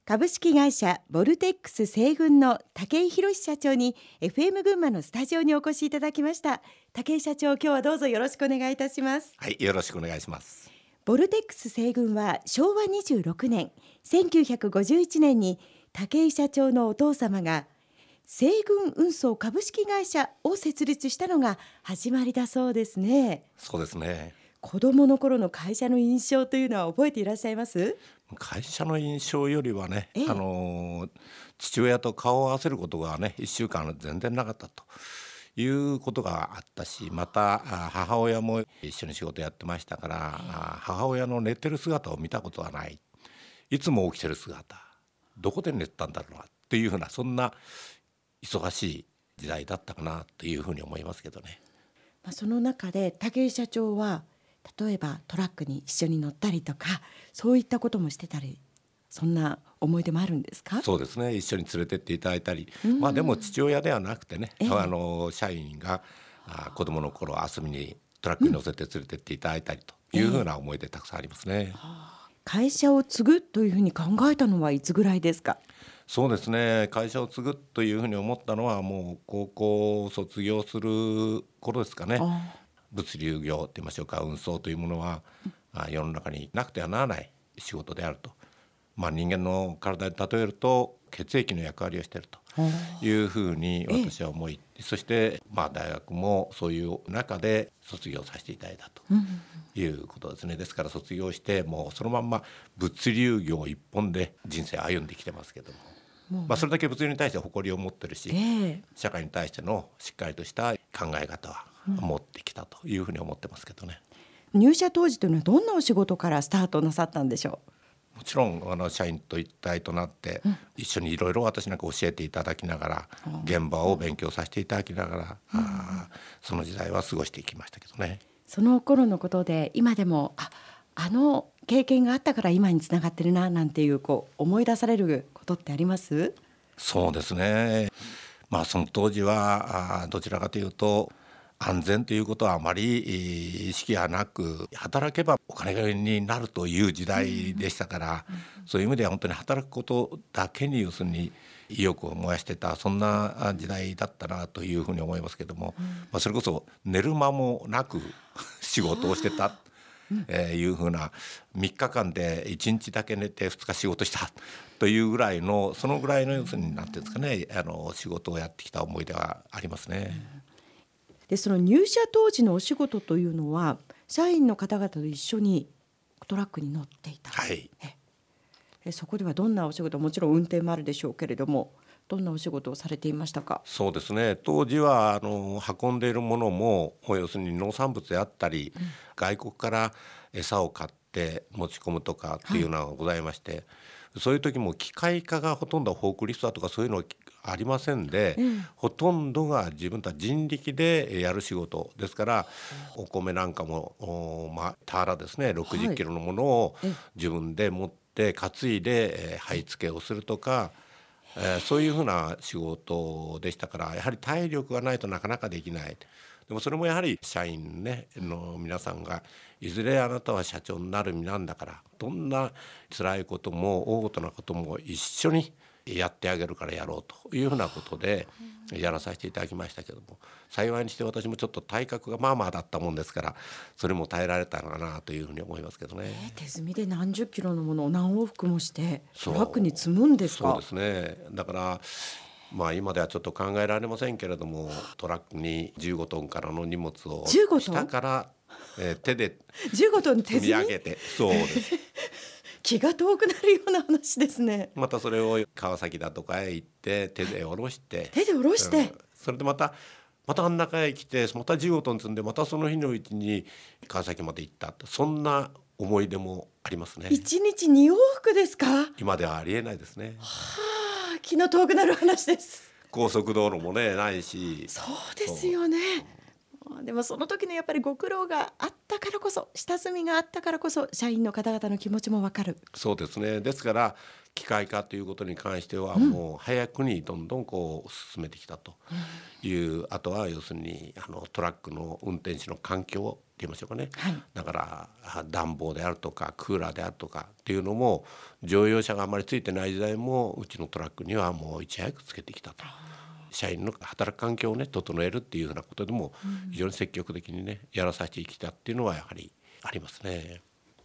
株式会社ボルテックス西軍の武井宏社長に FM 群馬のスタジオにお越しいただきました。武井社長、今日はどうぞよろしくお願いいたします。 はい、よろしくお願いします。 ボルテックス西軍は昭和26年1951年に武井社長のお父様が西軍運送株式会社を設立したのが始まりだそうですね。 そうですね。 子供の頃の会社の印象というのは覚えていらっしゃいます？ 会社の印象よりはね、父親と顔を合わせることがね1週間全然なかったということがあったし、また母親も一緒に仕事やってましたから、母親の寝てる姿を見たことはない。いつも起きてる姿、どこで寝てたんだろうなっていうふうな、そんな忙しい時代だったかなというふうに思いますけどね。 その中で武井社長は例えばトラックに一緒に乗ったりとか、そういったこともしてたり、そんな思い出もあるんですか？ そうですね、一緒に連れてっていただいたり、でも父親ではなくてね、社員が子供の頃遊びにトラックに乗せて連れてっていただいたりというふうな思い出たくさんありますね。 会社を継ぐというふうに考えたのはいつぐらいですか？ そうですね、会社を継ぐというふうに思ったのはもう高校を卒業する頃ですかね。物流業といいましょうか、運送というものは世の中になくてはならない仕事であると、人間の体で例えると血液の役割をしているというふうに私は思い、そして大学もそういう中で卒業させていただいたということですね。ですから卒業してもうそのまんま物流業一本で人生歩んできてますけども、それだけ物流に対して誇りを持ってるし、社会に対してのしっかりとした考え方は持ってきたというふうに思ってますけどね。 入社当時というのはどんなお仕事からスタートなさったんでしょう？ もちろん社員と一体となって、一緒にいろいろ私なんか教えていただきながら、現場を勉強させていただきながら、その時代は過ごしていきましたけどね。 その頃のことで今でもあの経験があったから今につながってるななんていう思い出されることってあります？ そうですね、その当時はどちらかというと安全ということはあまり意識がなく、働けばお金になるという時代でしたから、そういう意味では本当に働くことだけに要するに意欲を燃やしてた、そんな時代だったなというふうに思いますけども、それこそ寝る間もなく仕事をしてたいうふうな、3日間で1日だけ寝て2日仕事したというぐらいの、そのぐらいの要するになんていうんですかね、仕事をやってきた思い出はありますね。 でその入社当時のお仕事というのは社員の方々と一緒にトラックに乗っていた、そこではどんなお仕事、もちろん運転もあるでしょうけれども、どんなお仕事をされていましたか？ そうですね、当時は運んでいるものも要するに農産物であったり、外国から餌を買って持ち込むとかっていうのがございまして、そういう時も機械化がほとんど、フォークリフトだとかそういうのありませんで、ほとんどが自分たち人力でやる仕事ですから、お米なんかもターラですね、60キロのものを自分で持って担いで買い付けをするとか、そういうふうな仕事でしたから、やはり体力がないとなかなかできない。でもそれもやはり社員の皆さんが、いずれあなたは社長になる身なんだから、どんな辛いことも大ごとなことも一緒にやってあげるからやろうというふうなことでやらさせていただきましたけども、幸いにして私もちょっと体格がだったもんですから、それも耐えられたのかなというふうに思いますけどね。 手積みで何十キロのものを何往復もしてトラックに積むんですか？ そうですね、だから今ではちょっと考えられませんけれども、トラックに15トンからの荷物を下から、手で 15トン手積み上げて、そうです気が遠くなるような話ですね。 またそれを川崎だとかへ行って手で下ろして、それでまた真ん中へ来て、また15トン積んで、またその日のうちに川崎まで行った、そんな思い出もありますね。 1日2往復ですか？ 今ではありえないですね。 気の遠くなる話です。 高速道路もないし。 そうですよね。でもその時のやっぱりご苦労があったからこそ、下積みがあったからこそ、社員の方々の気持ちも分かる。 そうですね、ですから機械化ということに関してはもう早くにどんどん進めてきたという、あとは要するにトラックの運転手の環境言いましょうかね、 はい、 だから暖房であるとかクーラーであるとかっていうのも乗用車があまりついてない時代もうちのトラックにはもういち早くつけてきたと。社員の働く環境をね整えるっていうふうなことでも非常に積極的にねやらさせてきたっていうのはやはりありますね。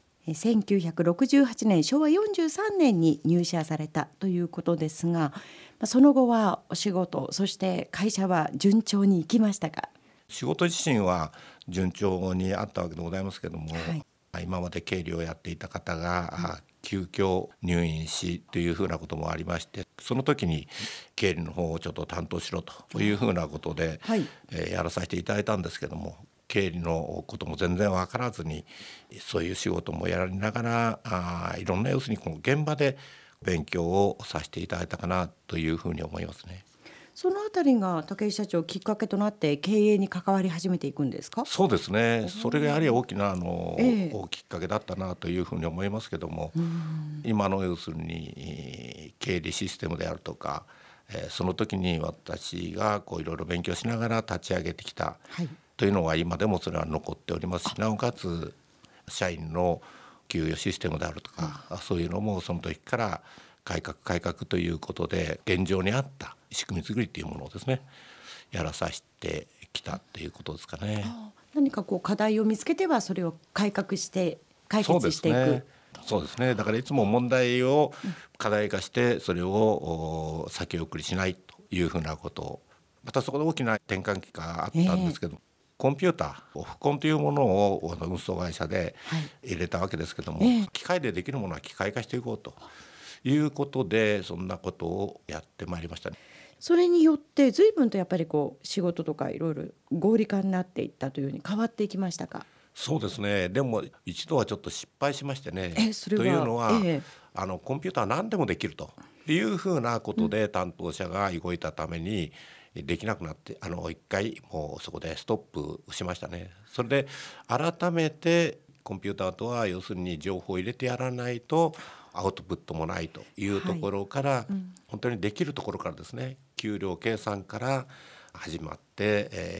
1968年昭和43年に入社されたということですが、その後はお仕事そして会社は順調にいきましたか？ 仕事自身は順調にあったわけでございますけども、 はい、 今まで経理をやっていた方が、急遽入院しというふうなこともありまして、その時に経理の方をちょっと担当しろというふうなことで、 はい、 やらさせていただいたんですけども、経理のことも全然分からずにそういう仕事もやりながらいろんな要するにこの現場で勉強をさせていただいたかなというふうに思いますね。 そのあたりが武井社長きっかけとなって経営に関わり始めていくんですか？ そうですね、それがやはり大きなきっかけだったなというふうに思いますけども、今の要するに経理システムであるとか、その時に私がこういろいろ勉強しながら立ち上げてきたというのが今でもそれは残っておりますし、なおかつ社員の給与システムであるとか、そういうのもその時から改革ということで現状にあった仕組み作りというものをですねやらさせてきたということですかね。 何かこう課題を見つけてはそれを改革して解決していく。 そうですね。だからいつも問題を課題化してそれを先送りしないというふうなことを、またそこで大きな転換期があったんですけど、コンピューターオフコンというものを運送会社で入れたわけですけども、機械でできるものは機械化していこうということでそんなことをやってまいりましたね。 それによって随分とやっぱりこう仕事とかいろいろ合理化になっていったというふうに変わっていきましたか？ そうですね。でも一度はちょっと失敗しましてね。 それはというのは、コンピューターは何でもできるというふうなことで担当者が動いたためにできなくなって、一回もうそこでストップしましたね。それで改めてコンピューターとは要するに情報を入れてやらないとアウトプットもないというところから、本当にできるところからですね、給料計算から始まって、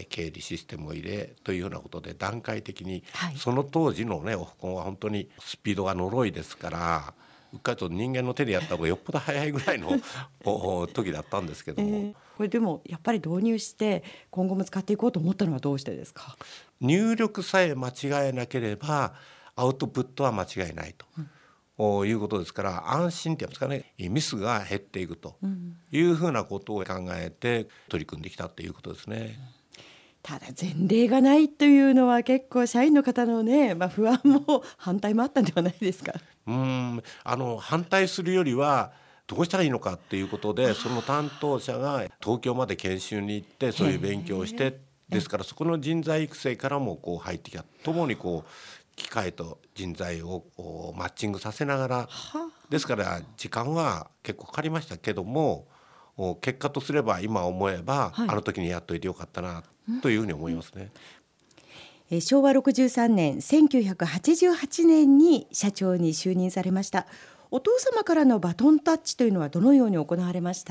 経理システムを入れというようなことで段階的に、その当時のねオフコンは本当にスピードがのろいですから、うっかりと人間の手でやった方がよっぽど早いぐらいの時だったんですけども、 これでもやっぱり導入して今後も使っていこうと思ったのはどうしてですか？ 入力さえ間違えなければアウトプットは間違いないと、いうことですから、安心って言いますかね、ミスが減っていくというふうなことを考えて取り組んできたということですね。 ただ前例がないというのは結構社員の方のね、不安も反対もあったんではないですか？ 反対するよりはどうしたらいいのかっていうことで、その担当者が東京まで研修に行ってそういう勉強をして、ですからそこの人材育成からもこう入ってきた、ともにこう機械と人材をマッチングさせながら、ですから時間は結構かかりましたけども、結果とすれば今思えば、あの時にやっといてよかったなというふうに思いますね。 昭和63年1988年に社長に就任されました。お父様からのバトンタッチというのはどのように行われました？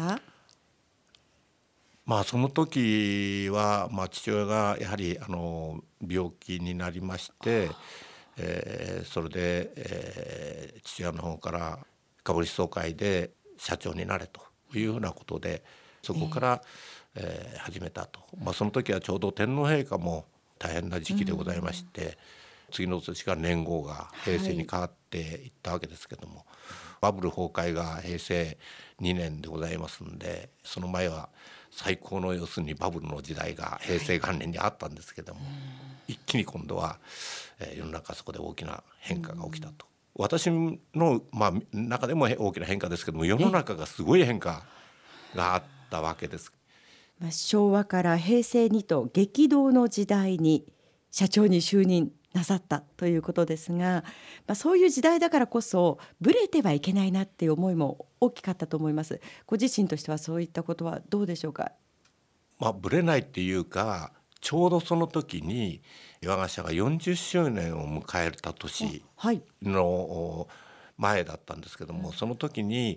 その時は、父親がやはり病気になりまして、それで、父親の方から株主総会で社長になれというふうなことでそこから、始めたと。その時はちょうど天皇陛下も大変な時期でございまして、次の年が年号が平成に変わっていったわけですけども、バブル崩壊が平成2年でございますんで、その前は最高の要するにバブルの時代が平成元年にあったんですけども、一気に今度は、世の中そこで大きな変化が起きたと。私の、中でも大きな変化ですけども、世の中がすごい変化があったわけです。 昭和から平成にと激動の時代に社長に就任なさったということですが、そういう時代だからこそブレてはいけないなっていう思いも大きかったと思います。ご自身としてはそういったことはどうでしょうか？ ブレないっていうか、ちょうどその時に我が社が40周年を迎えた年の前だったんですけども、その時に、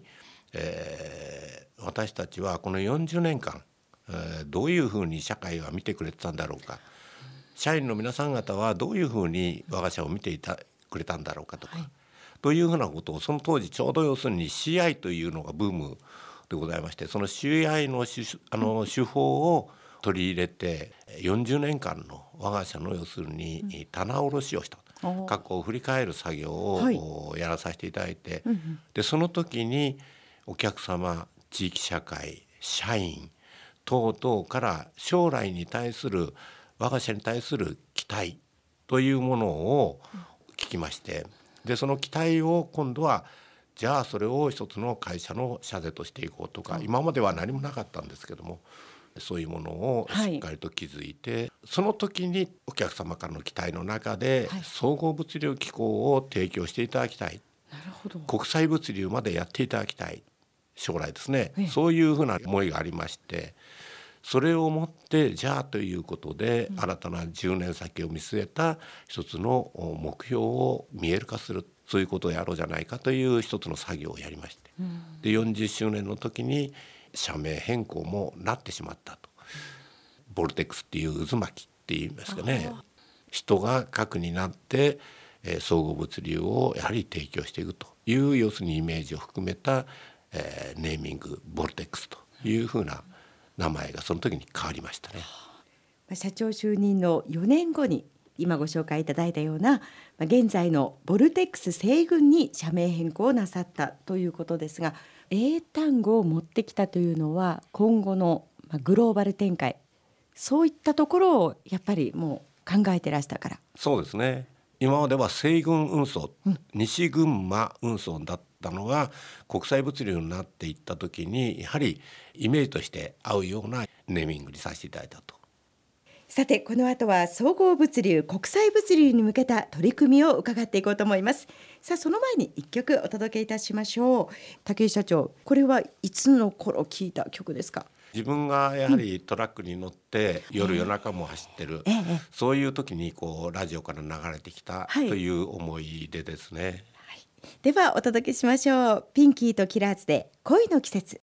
私たちはこの40年間、どういうふうに社会が見てくれてたんだろうか社員の皆さん方はどういうふうに我が社を見てくれたんだろうかとか、というふうなことをその当時ちょうど要するに CI というのがブームでございまして、その CI の手法を取り入れて40年間の我が社の要するに棚卸しをした過去を振り返る作業をやらさせていただいて、でその時にお客様、地域社会、社員等々から将来に対する我が社に対する期待というものを聞きまして、でその期待を今度はじゃあそれを一つの会社の社是としていこうとか、今までは何もなかったんですけども、そういうものをしっかりと築いて、その時にお客様からの期待の中で総合物流機構を提供していただきたい、国際物流までやっていただきたい、将来ですね、そういうふうな思いがありまして、それをもってじゃあということで、新たな10年先を見据えた一つの目標を見える化する、そういうことをやろうじゃないかという一つの作業をやりまして、で40周年の時に社名変更もなってしまったと。ボルテックスっていう渦巻きって言いますかね、人が核になって総合物流をやはり提供していくという要するにイメージを含めたネーミングボルテックスというふうな名前がその時に変わりましたね。 社長就任の4年後に今ご紹介いただいたような現在のボルテックス西軍に社名変更をなさったということですが、英単語を持ってきたというのは今後のグローバル展開、そういったところをやっぱりもう考えてらしたから。 そうですね。今までは西軍運送、西群馬運送だったのが国際物流になっていった時に、やはりイメージとして合うようなネーミングにさせていただいたと。 さてこの後は総合物流、国際物流に向けた取り組みを伺っていこうと思います。さあその前に一曲お届けいたしましょう。武井社長、これはいつの頃聴いた曲ですか？ 自分がやはりトラックに乗って夜中も走ってる、そういう時にラジオから流れてきたという思い出ですね。 ではお届けしましょう。ピンキーとキラーズで恋の季節。